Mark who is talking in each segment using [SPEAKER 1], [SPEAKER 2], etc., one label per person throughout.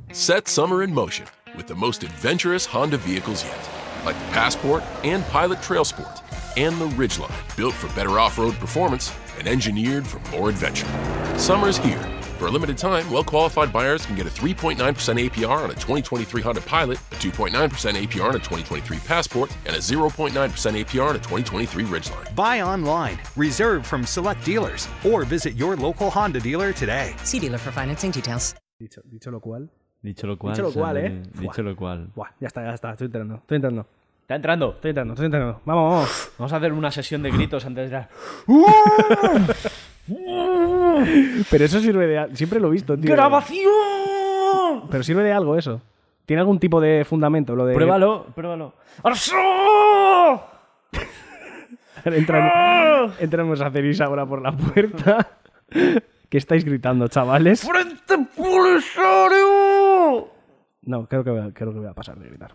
[SPEAKER 1] Set summer in motion with the most adventurous Honda vehicles yet, like the Passport and Pilot Trail Sport, and the Ridgeline, built for better off-road performance and engineered for more adventure. Summer's here. For a limited time, well-qualified buyers can get a 3.9% APR on a 2023 Honda Pilot, a 2.9% APR on a 2023 Passport, and a 0.9% APR on a 2023 Ridgeline.
[SPEAKER 2] Buy online, reserve from select dealers, or visit your local Honda dealer today.
[SPEAKER 3] See dealer for financing details.
[SPEAKER 4] Dicho lo cual.
[SPEAKER 5] Dicho lo cual,
[SPEAKER 4] Dicho
[SPEAKER 5] lo cual.
[SPEAKER 4] Buah, ya está, estoy entrando.
[SPEAKER 5] ¿Está entrando?
[SPEAKER 4] Estoy entrando. Vamos.
[SPEAKER 5] Vamos a hacer una sesión de gritos antes de...
[SPEAKER 4] Pero eso sirve de... Siempre lo he visto, tío.
[SPEAKER 5] ¡Grabación!
[SPEAKER 4] Pero sirve de algo eso. ¿Tiene algún tipo de fundamento? Lo de...
[SPEAKER 5] Pruébalo.
[SPEAKER 4] Entramos a Cerise ahora por la puerta. ¿Qué estáis gritando, chavales?
[SPEAKER 5] ¡Frente Polisario!
[SPEAKER 4] No, creo que voy a pasar de gritar.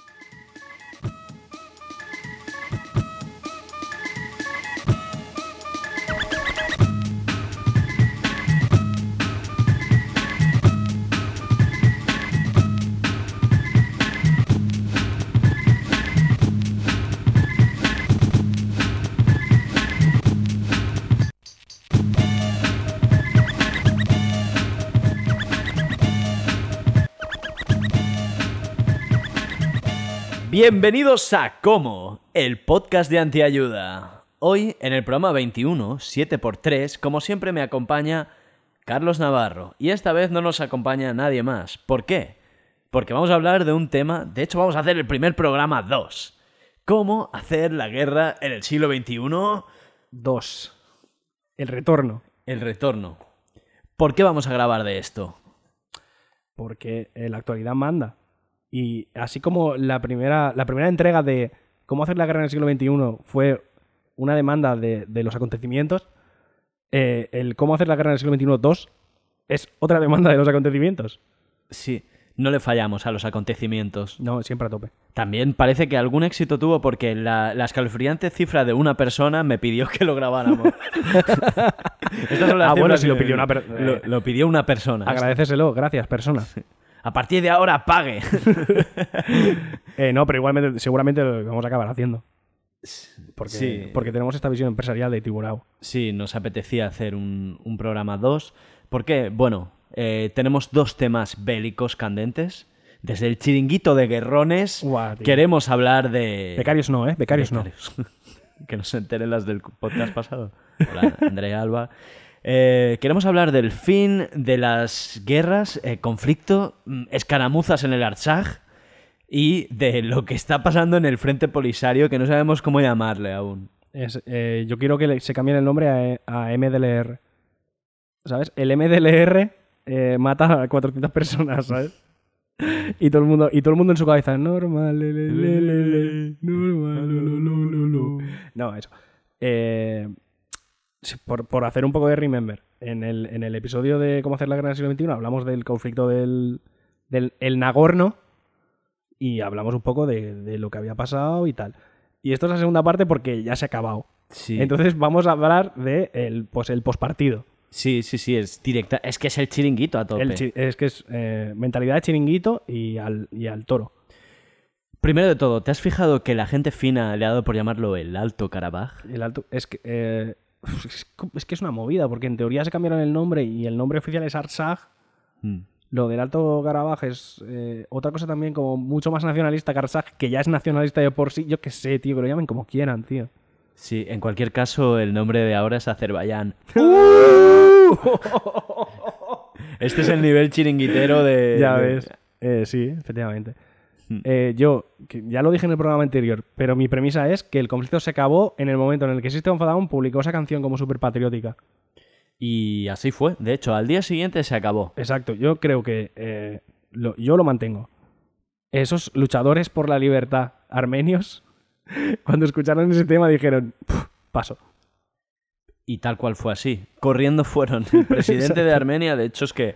[SPEAKER 5] Bienvenidos a Como, el podcast de Antiayuda. Hoy, en el programa 21, 7x3, como siempre me acompaña Carlos Navarro. Y esta vez no nos acompaña nadie más. ¿Por qué? Porque vamos a hablar de un tema... De hecho, vamos a hacer el primer programa 2. ¿Cómo hacer la guerra en el siglo XXI?
[SPEAKER 4] 2. El retorno.
[SPEAKER 5] El retorno. ¿Por qué vamos a grabar de esto?
[SPEAKER 4] Porque la actualidad manda. Y así como la primera entrega de cómo hacer la guerra en el siglo XXI fue una demanda de los acontecimientos, el cómo hacer la guerra en el siglo XXI 2 es otra demanda de los acontecimientos.
[SPEAKER 5] Sí, no le fallamos a los acontecimientos.
[SPEAKER 4] No, siempre a tope.
[SPEAKER 5] También parece que algún éxito tuvo porque la escalofriante cifra de una persona me pidió que lo grabáramos. Estas son las
[SPEAKER 4] bueno,
[SPEAKER 5] cifras
[SPEAKER 4] si lo
[SPEAKER 5] que-
[SPEAKER 4] pidió una persona.
[SPEAKER 5] Lo pidió una persona.
[SPEAKER 4] Agradecéselo, gracias, persona.
[SPEAKER 5] A partir de ahora pague.
[SPEAKER 4] No, pero igualmente, seguramente lo vamos a acabar haciendo.
[SPEAKER 5] Sí.
[SPEAKER 4] Porque tenemos esta visión empresarial de Tiburao.
[SPEAKER 5] Sí, nos apetecía hacer un programa 2. ¿Por qué? Bueno, tenemos dos temas bélicos candentes. Desde el chiringuito de guerrones
[SPEAKER 4] Guau, tío.
[SPEAKER 5] queremos hablar de...
[SPEAKER 4] Becarios no, ¿eh? Becarios no.
[SPEAKER 5] Que no se enteren las del podcast pasado. Hola, Andrea Alba. Queremos hablar del fin de las guerras, conflicto, escaramuzas en el Artsaj y de lo que está pasando en el Frente Polisario, que no sabemos cómo llamarle aún.
[SPEAKER 4] Yo quiero que se cambie el nombre a MDLR. ¿Sabes? El MDLR mata a 400 personas, ¿sabes? Y todo el mundo en su cabeza, normal, normal, no, eso. Por hacer un poco de remember, en el episodio de cómo hacer la guerra en el siglo XXI hablamos del conflicto del Nagorno y hablamos un poco de lo que había pasado y tal. Y esto es la segunda parte porque ya se ha acabado.
[SPEAKER 5] Sí.
[SPEAKER 4] Entonces vamos a hablar de el pospartido.
[SPEAKER 5] Sí, es directa. Es que es el chiringuito a tope.
[SPEAKER 4] Es que es mentalidad de chiringuito y al toro.
[SPEAKER 5] Primero de todo, ¿te has fijado que la gente fina le ha dado por llamarlo el Alto Karabaj?
[SPEAKER 4] El alto es que es una movida, porque en teoría se cambiaron el nombre y el nombre oficial es Artsaj. Lo del Alto Karabaj es otra cosa también como mucho más nacionalista que Artsaj, que ya es nacionalista de por sí. Yo qué sé, tío, que lo llamen como quieran, tío.
[SPEAKER 5] Sí, en cualquier caso, el nombre de ahora es Azerbaiyán. Este es el nivel chiringuitero de...
[SPEAKER 4] Ya ves. Sí, efectivamente. Yo, que ya lo dije en el programa anterior, pero mi premisa es que el conflicto se acabó en el momento en el que System of a Down publicó esa canción como súper patriótica.
[SPEAKER 5] Y así fue. De hecho, al día siguiente se acabó.
[SPEAKER 4] Exacto. Yo creo que yo lo mantengo. Esos luchadores por la libertad armenios, cuando escucharon ese tema dijeron, paso.
[SPEAKER 5] Y tal cual fue así. Corriendo fueron el presidente de Armenia. De hecho, es que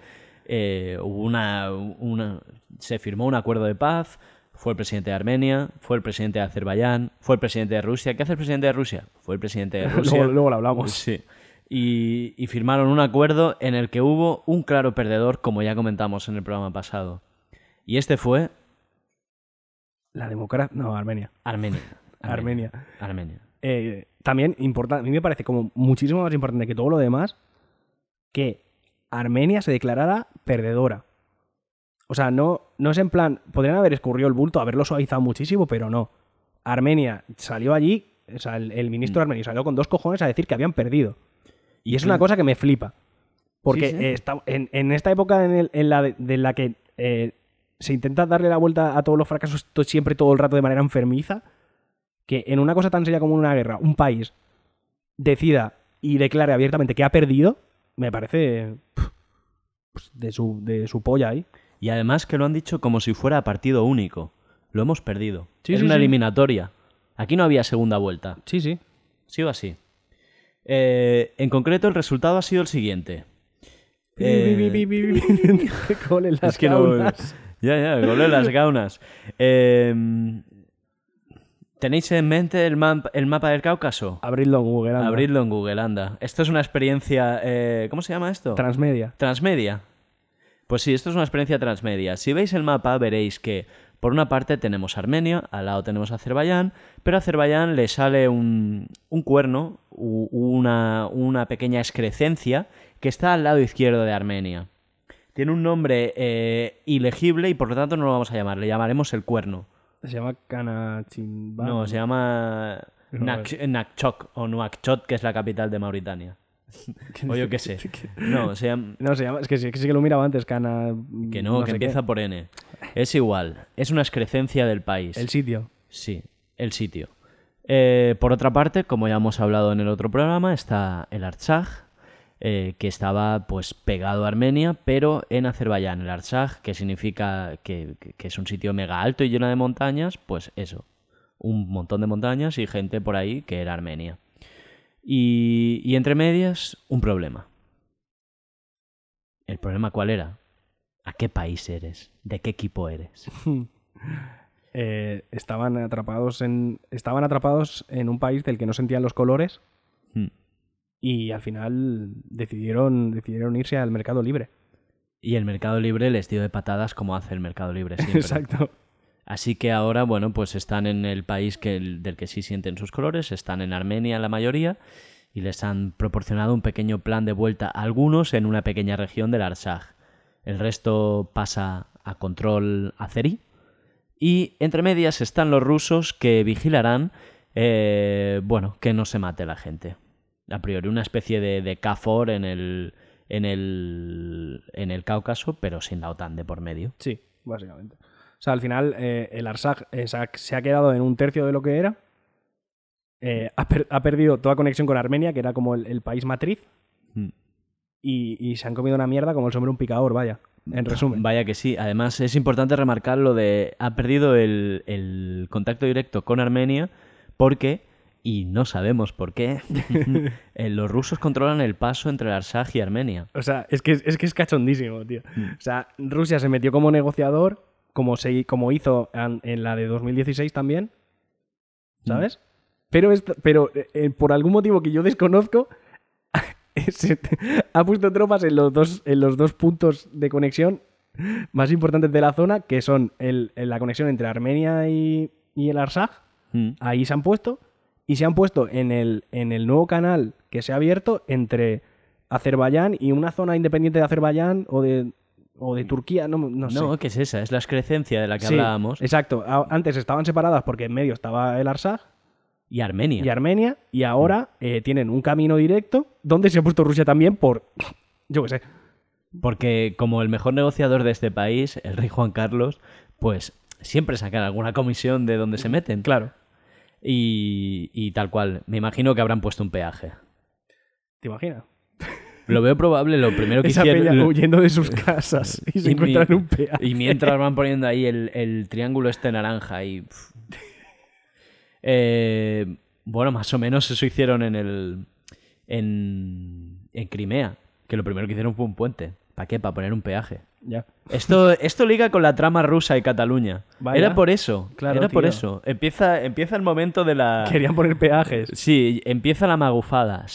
[SPEAKER 5] hubo se firmó un acuerdo de paz. Fue el presidente de Armenia, fue el presidente de Azerbaiyán, fue el presidente de Rusia. ¿Qué hace el presidente de Rusia? Fue el presidente de Rusia.
[SPEAKER 4] luego lo hablamos.
[SPEAKER 5] Sí. y firmaron un acuerdo en el que hubo un claro perdedor, como ya comentamos en el programa pasado. Y este fue...
[SPEAKER 4] La democracia... No, Armenia.
[SPEAKER 5] Armenia.
[SPEAKER 4] Armenia. También importante, a mí me parece como muchísimo más importante que todo lo demás que Armenia se declarara perdedora. O sea, no es en plan... Podrían haber escurrido el bulto, haberlo suavizado muchísimo, pero no. Armenia salió allí, o sea, el ministro armenio salió con 2 cojones a decir que habían perdido. Y es una cosa que me flipa. Porque
[SPEAKER 5] Sí.
[SPEAKER 4] En esta época en la que se intenta darle la vuelta a todos los fracasos siempre todo el rato de manera enfermiza, que en una cosa tan seria como una guerra, un país decida y declare abiertamente que ha perdido, me parece pues, de su polla ahí.
[SPEAKER 5] Y además que lo han dicho como si fuera partido único. Lo hemos perdido.
[SPEAKER 4] Sí,
[SPEAKER 5] es
[SPEAKER 4] sí,
[SPEAKER 5] una
[SPEAKER 4] sí.
[SPEAKER 5] eliminatoria. Aquí no había segunda vuelta.
[SPEAKER 4] Sí, sí.
[SPEAKER 5] Sí o así. En concreto, el resultado ha sido el siguiente.
[SPEAKER 4] Gol en las
[SPEAKER 5] Es que no...
[SPEAKER 4] gaunas.
[SPEAKER 5] Ya, gol en las gaunas. ¿Tenéis en mente el mapa del Cáucaso?
[SPEAKER 4] Abridlo en Google. anda.
[SPEAKER 5] Abridlo en Google, anda. Esto es una experiencia... ¿Cómo se llama esto?
[SPEAKER 4] Transmedia.
[SPEAKER 5] Transmedia. Pues sí, esto es una experiencia transmedia. Si veis el mapa, veréis que por una parte tenemos Armenia, al lado tenemos Azerbaiyán, pero a Azerbaiyán le sale un cuerno, una pequeña excrescencia que está al lado izquierdo de Armenia. Tiene un nombre ilegible y por lo tanto no lo vamos a llamar, le llamaremos el cuerno.
[SPEAKER 4] Se llama Kanachimban.
[SPEAKER 5] No, se llama Nakchok o Nuakchot, que es la capital de Mauritania. O yo qué sé. No, se llama...
[SPEAKER 4] No, se llama... Es que sí que lo miraba antes, Cana...
[SPEAKER 5] Que no, que
[SPEAKER 4] sé
[SPEAKER 5] empieza
[SPEAKER 4] qué.
[SPEAKER 5] por N. Es igual, es una excrescencia del país.
[SPEAKER 4] El sitio.
[SPEAKER 5] Sí, el sitio. Por otra parte, como ya hemos hablado en el otro programa, está el Artsaj, que estaba pues pegado a Armenia, pero en Azerbaiyán. El Artsaj, que significa que es un sitio mega alto y lleno de montañas, pues eso, un montón de montañas y gente por ahí que era Armenia. Y entre medias, un problema. ¿El problema cuál era? ¿A qué país eres? ¿De qué equipo eres?
[SPEAKER 4] Estaban atrapados en un país del que no sentían los colores
[SPEAKER 5] Hmm.
[SPEAKER 4] y al final decidieron irse al mercado libre.
[SPEAKER 5] Y el mercado libre les dio de patadas como hace el mercado libre siempre.
[SPEAKER 4] Exacto.
[SPEAKER 5] Así que ahora, bueno, pues están en el país del que sí sienten sus colores, están en Armenia la mayoría, y les han proporcionado un pequeño plan de vuelta a algunos en una pequeña región del Artsaj. El resto pasa a control azerí. Y entre medias están los rusos que vigilarán, bueno, que no se mate la gente. A priori, una especie de KFOR en el Cáucaso, pero sin la OTAN de por medio.
[SPEAKER 4] Sí, básicamente. O sea, al final el Artsaj se ha quedado en un tercio de lo que era. Ha perdido toda conexión con Armenia, que era como el país matriz.
[SPEAKER 5] Mm.
[SPEAKER 4] Y se han comido una mierda como el sombrero un picador, vaya. En resumen.
[SPEAKER 5] Vaya que sí. Además, es importante remarcar lo de... Ha perdido el contacto directo con Armenia porque, y no sabemos por qué, los rusos controlan el paso entre el Artsaj y Armenia.
[SPEAKER 4] O sea, es que es cachondísimo, tío. O sea, Rusia se metió como negociador, como hizo en la de 2016 también, ¿sabes? Pero por algún motivo que yo desconozco, ha puesto tropas en los dos puntos de conexión más importantes de la zona, que son la conexión entre Armenia y el Artsaj. Ahí se han puesto. Y se han puesto en el nuevo canal que se ha abierto entre Azerbaiyán y una zona independiente de Azerbaiyán o de Turquía, no sé.
[SPEAKER 5] No, ¿qué es esa? Es la excrescencia de la que
[SPEAKER 4] Sí,
[SPEAKER 5] hablábamos.
[SPEAKER 4] exacto. Antes estaban separadas porque en medio estaba el Artsaj
[SPEAKER 5] Y Armenia.
[SPEAKER 4] y Armenia, y ahora tienen un camino directo donde se ha puesto Rusia también por... yo qué sé.
[SPEAKER 5] Porque como el mejor negociador de este país, el rey Juan Carlos, pues siempre sacan alguna comisión de donde se meten.
[SPEAKER 4] Claro.
[SPEAKER 5] Y tal cual. Me imagino que habrán puesto un peaje.
[SPEAKER 4] ¿Te imaginas?
[SPEAKER 5] Lo veo probable. Lo primero que
[SPEAKER 4] Esa
[SPEAKER 5] hicieron...
[SPEAKER 4] peña huyendo de sus casas y se encuentran un peaje.
[SPEAKER 5] Y mientras van poniendo ahí el triángulo este naranja y... bueno, más o menos eso hicieron en Crimea. Que lo primero que hicieron fue un puente. ¿Para qué? Para poner un peaje.
[SPEAKER 4] Ya.
[SPEAKER 5] Esto liga con la trama rusa y Cataluña.
[SPEAKER 4] Vaya.
[SPEAKER 5] Era por eso.
[SPEAKER 4] Claro,
[SPEAKER 5] Era por
[SPEAKER 4] tío.
[SPEAKER 5] eso. Empieza el momento de la...
[SPEAKER 4] Querían poner peajes.
[SPEAKER 5] Sí, empieza la magufada, sí.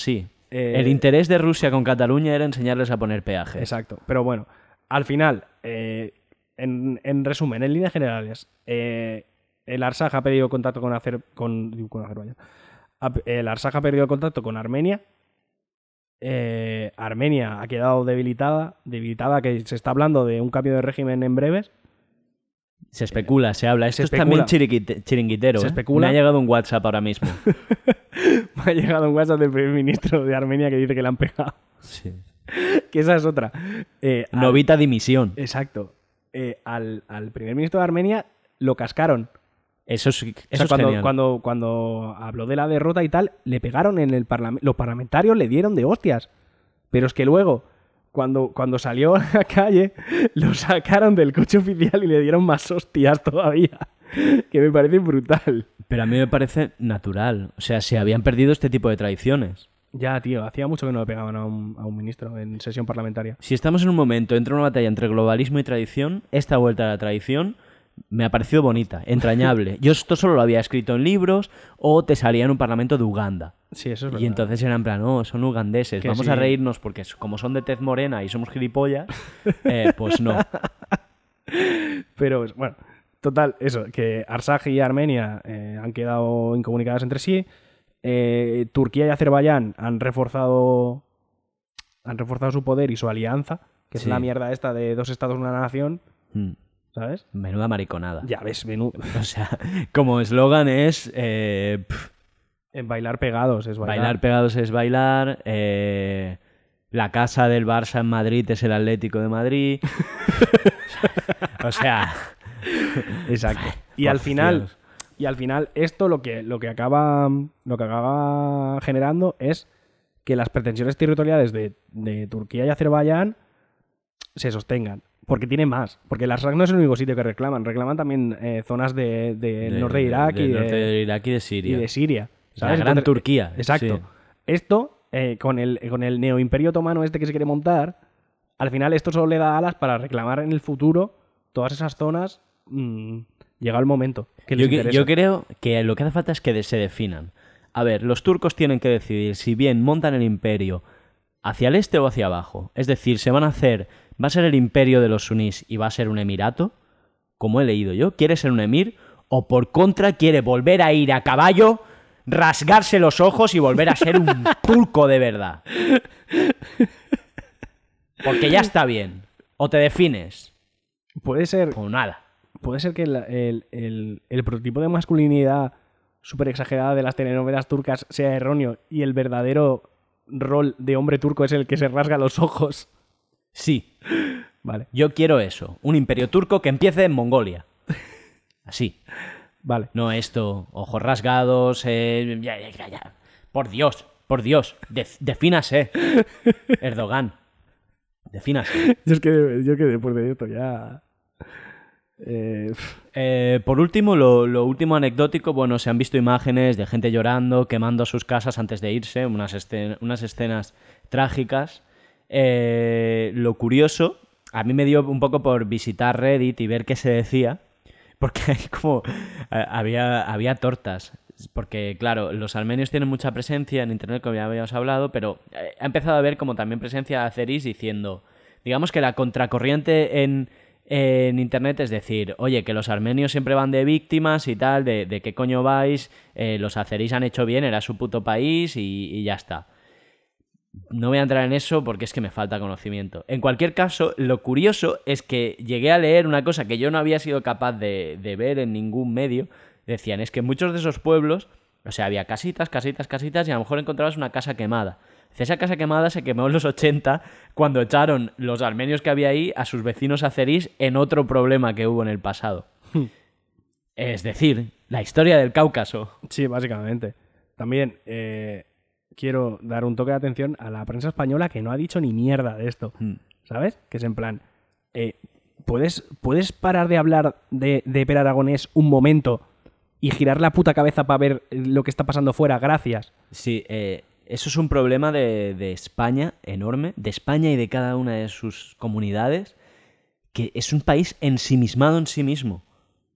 [SPEAKER 5] El interés de Rusia con Cataluña era enseñarles a poner peaje.
[SPEAKER 4] Exacto. Pero bueno, al final, en resumen, en líneas generales, el Arsaj ha pedido contacto con Azerbaiyán. El Arsaj ha perdido contacto con Armenia. Armenia ha quedado debilitada, que se está hablando de un cambio de régimen en breves.
[SPEAKER 5] Se especula, se habla. Esto
[SPEAKER 4] se
[SPEAKER 5] es también chiringuitero.
[SPEAKER 4] Se especula.
[SPEAKER 5] Me ha llegado un WhatsApp ahora mismo.
[SPEAKER 4] Me ha llegado un WhatsApp del primer ministro de Armenia que dice que le han pegado.
[SPEAKER 5] Sí.
[SPEAKER 4] Que esa es otra.
[SPEAKER 5] Novita dimisión.
[SPEAKER 4] Exacto. Al primer ministro de Armenia lo cascaron.
[SPEAKER 5] Eso es genial.
[SPEAKER 4] Cuando habló de la derrota y tal, le pegaron en el parlamento. Los parlamentarios le dieron de hostias. Pero es que luego, cuando salió a la calle, lo sacaron del coche oficial y le dieron más hostias todavía. Que me parece brutal.
[SPEAKER 5] Pero a mí me parece natural. O sea, se habían perdido este tipo de tradiciones.
[SPEAKER 4] Ya, tío, hacía mucho que no le pegaban a un ministro en sesión parlamentaria.
[SPEAKER 5] Si estamos en un momento entre una batalla entre globalismo y tradición, esta vuelta a la tradición me ha parecido bonita, entrañable. Yo esto solo lo había escrito en libros o te salía en un parlamento de Uganda.
[SPEAKER 4] Sí, eso es verdad.
[SPEAKER 5] Y entonces eran en plan, no, son ugandeses, vamos a reírnos porque como son de tez morena y somos gilipollas, pues no.
[SPEAKER 4] Pero, bueno, total, eso, que Arsaj y Armenia han quedado incomunicadas entre sí. Turquía y Azerbaiyán han reforzado su poder y su alianza, que es la mierda esta de 2 estados, una nación. ¿Sabes?
[SPEAKER 5] Menuda mariconada.
[SPEAKER 4] Ya ves,
[SPEAKER 5] O sea, como eslogan es...
[SPEAKER 4] en bailar pegados es bailar.
[SPEAKER 5] Bailar pegados es bailar. La casa del Barça en Madrid es el Atlético de Madrid. O sea...
[SPEAKER 4] Exacto. Y al final esto lo que acaba generando es que las pretensiones territoriales de Turquía y Azerbaiyán se sostengan. Porque tiene más. Porque el Arsaj no es el único sitio que reclaman. Reclaman también zonas del norte de Irak
[SPEAKER 5] norte de Irak y de Siria.
[SPEAKER 4] Y de Siria. ¿Sabes?
[SPEAKER 5] La gran Turquía.
[SPEAKER 4] Exacto.
[SPEAKER 5] Sí.
[SPEAKER 4] Esto, con el neoimperio otomano este que se quiere montar, al final esto solo le da alas para reclamar en el futuro todas esas zonas. Llega el momento que les interesa.
[SPEAKER 5] Yo creo que lo que hace falta es que se definan. A ver, los turcos tienen que decidir si bien montan el imperio hacia el este o hacia abajo. Es decir, ¿va a ser el imperio de los sunís y va a ser un emirato? Como he leído yo, ¿quiere ser un emir? ¿O por contra quiere volver a ir a caballo, rasgarse los ojos y volver a ser un turco de verdad? Porque ya está bien. O te defines.
[SPEAKER 4] Puede ser...
[SPEAKER 5] O nada.
[SPEAKER 4] Puede ser que el prototipo de masculinidad súper exagerada de las telenovelas turcas sea erróneo y el verdadero rol de hombre turco es el que se rasga los ojos.
[SPEAKER 5] Sí.
[SPEAKER 4] Vale.
[SPEAKER 5] Yo quiero eso. Un imperio turco que empiece en Mongolia. Así.
[SPEAKER 4] Vale.
[SPEAKER 5] No esto, ojos rasgados, ya. Por Dios. Defínase. Erdogan. Defínase.
[SPEAKER 4] Yo que después de esto ya...
[SPEAKER 5] Por último, lo último anecdótico, bueno, se han visto imágenes de gente llorando, quemando sus casas antes de irse, unas escenas trágicas. Lo curioso, a mí me dio un poco por visitar Reddit y ver qué se decía, porque hay como había tortas, porque claro, los armenios tienen mucha presencia en internet, como ya habíamos hablado, pero ha empezado a haber como también presencia de azeríes diciendo, digamos que la contracorriente en internet es decir, oye, que los armenios siempre van de víctimas y tal, de qué coño vais, los azeríes han hecho bien, era su puto país y ya está. No voy a entrar en eso porque es que me falta conocimiento. En cualquier caso, lo curioso es que llegué a leer una cosa que yo no había sido capaz de ver en ningún medio. Decían, es que en muchos de esos pueblos, o sea, había casitas y a lo mejor encontrabas una casa quemada. Esa casa quemada se quemó en los 80 cuando echaron los armenios que había ahí a sus vecinos azeríes en otro problema que hubo en el pasado. Es decir, la historia del Cáucaso.
[SPEAKER 4] Sí, básicamente. También quiero dar un toque de atención a la prensa española que no ha dicho ni mierda de esto. ¿Sabes? Que es en plan... ¿Puedes parar de hablar de Per Aragonés un momento y girar la puta cabeza para ver lo que está pasando fuera? Gracias.
[SPEAKER 5] Sí, eso es un problema de España enorme, de España y de cada una de sus comunidades, que es un país ensimismado en sí mismo.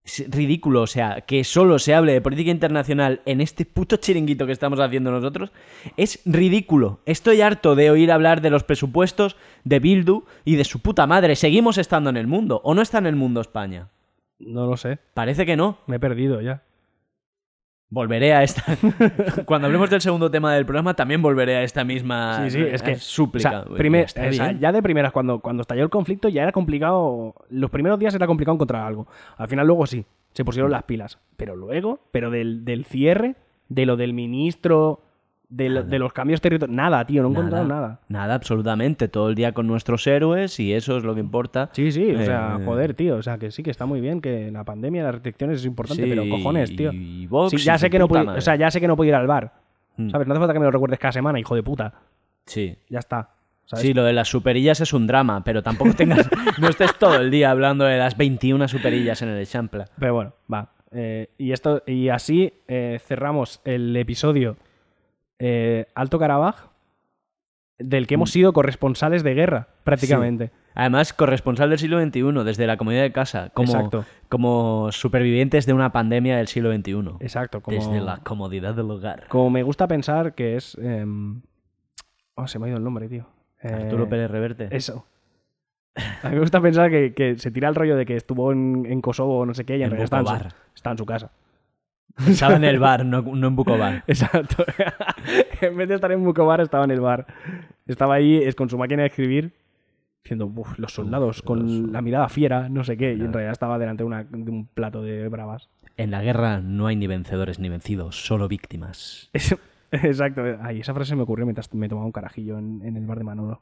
[SPEAKER 5] Es ridículo, o sea, que solo se hable de política internacional en este puto chiringuito que estamos haciendo nosotros. Es ridículo. Estoy harto de oír hablar de los presupuestos de Bildu y de su puta madre. ¿Seguimos estando en el mundo? ¿O no está en el mundo España?
[SPEAKER 4] No lo sé.
[SPEAKER 5] Parece que no.
[SPEAKER 4] Me he perdido ya.
[SPEAKER 5] Volveré a esta... Cuando hablemos del segundo tema del programa, también volveré a esta misma
[SPEAKER 4] Sí, es que
[SPEAKER 5] súplica.
[SPEAKER 4] O sea, ya de primeras, cuando estalló el conflicto, ya era complicado. Los primeros días era complicado encontrar algo. Al final, luego sí, se pusieron las pilas. Pero luego, del cierre, de lo del ministro, de los cambios territoriales. Nada, tío, no he encontrado nada.
[SPEAKER 5] Nada, absolutamente. Todo el día con nuestros héroes y eso es lo que importa.
[SPEAKER 4] Sí, o sea, joder, tío. O sea, que sí, que está muy bien, que la pandemia, las restricciones es importante,
[SPEAKER 5] Sí,
[SPEAKER 4] pero cojones, tío.
[SPEAKER 5] y Vox
[SPEAKER 4] Sí, ya
[SPEAKER 5] y
[SPEAKER 4] sé
[SPEAKER 5] su
[SPEAKER 4] que no
[SPEAKER 5] puta
[SPEAKER 4] puedo,
[SPEAKER 5] madre.
[SPEAKER 4] o sea, ya sé que no puedo ir al bar.
[SPEAKER 5] Mm.
[SPEAKER 4] ¿Sabes? No hace falta que me lo recuerdes cada semana, hijo de puta.
[SPEAKER 5] Sí.
[SPEAKER 4] Ya está. ¿Sabes?
[SPEAKER 5] Sí, lo de las superillas es un drama, pero tampoco no estés todo el día hablando de las 21 superillas en el Eixample.
[SPEAKER 4] Pero bueno, va. Y así cerramos el episodio Alto Karabaj, del que hemos sido corresponsales de guerra, prácticamente.
[SPEAKER 5] Sí. Además, corresponsal del siglo XXI, desde la comodidad de casa,
[SPEAKER 4] Exacto.
[SPEAKER 5] como supervivientes de una pandemia del siglo XXI.
[SPEAKER 4] Exacto.
[SPEAKER 5] Desde la comodidad del hogar.
[SPEAKER 4] Como me gusta pensar que es... se me ha ido el nombre, tío.
[SPEAKER 5] Arturo Pérez Reverte.
[SPEAKER 4] Eso. A mí me gusta pensar que se tira el rollo de que estuvo en Kosovo o no sé qué y en realidad está en su casa.
[SPEAKER 5] Estaba en el bar, no en Bukovar.
[SPEAKER 4] Exacto. En vez de estar en Bukovar, estaba en el bar. Estaba ahí con su máquina de escribir diciendo, los soldados con la mirada fiera, no sé qué. Y en realidad estaba delante de un plato de bravas.
[SPEAKER 5] En la guerra no hay ni vencedores ni vencidos, solo víctimas.
[SPEAKER 4] Exacto. Ay, esa frase me ocurrió mientras me tomaba un carajillo en el bar de Manolo.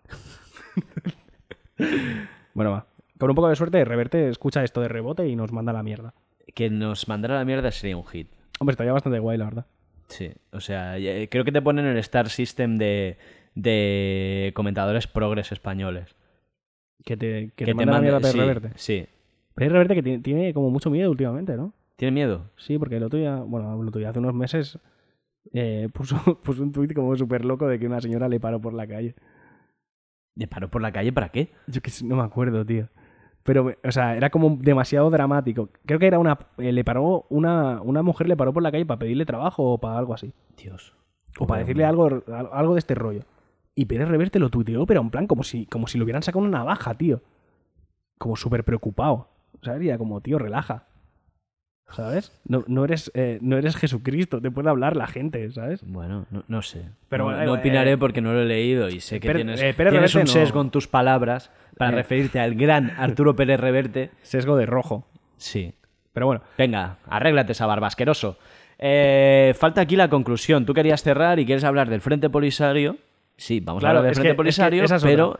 [SPEAKER 4] Bueno, va. Con un poco de suerte, Reverte escucha esto de rebote y nos manda a la mierda.
[SPEAKER 5] Que nos mandara a la mierda sería un hit.
[SPEAKER 4] Hombre, estaría bastante guay, la verdad.
[SPEAKER 5] Sí, o sea, creo que te ponen el Star System de comentadores progres españoles.
[SPEAKER 4] Que te manda la mierda a Pérez Reverte.
[SPEAKER 5] Sí.
[SPEAKER 4] Pérez Reverte que tiene como mucho miedo últimamente, ¿no?
[SPEAKER 5] ¿Tiene miedo?
[SPEAKER 4] Sí, porque el otro día, hace unos meses puso un tuit como súper loco de que una señora le paró por la calle.
[SPEAKER 5] ¿Le paró por la calle para qué?
[SPEAKER 4] Yo que no me acuerdo, tío. Pero, o sea, era como demasiado dramático. Creo que era una mujer le paró por la calle para pedirle trabajo o para algo así.
[SPEAKER 5] Dios.
[SPEAKER 4] O para decirle algo de este rollo. Y Pérez Reverte lo tuiteó, pero en plan como si le hubieran sacado una navaja, tío. Como súper preocupado. ¿Sabes? Y era como, tío, relaja. ¿Sabes? No eres Jesucristo, te puede hablar la gente, ¿sabes?
[SPEAKER 5] Bueno, no sé.
[SPEAKER 4] Pero
[SPEAKER 5] no opinaré porque no lo he leído y sé que tienes un sesgo en tus palabras para referirte al gran Arturo Pérez Reverte.
[SPEAKER 4] Sesgo de rojo.
[SPEAKER 5] Sí.
[SPEAKER 4] Pero bueno.
[SPEAKER 5] Venga, arréglate esa barba, asqueroso. Falta aquí la conclusión. Tú querías cerrar y quieres hablar del Frente Polisario. Sí, vamos a hablar del Frente Polisario, pero...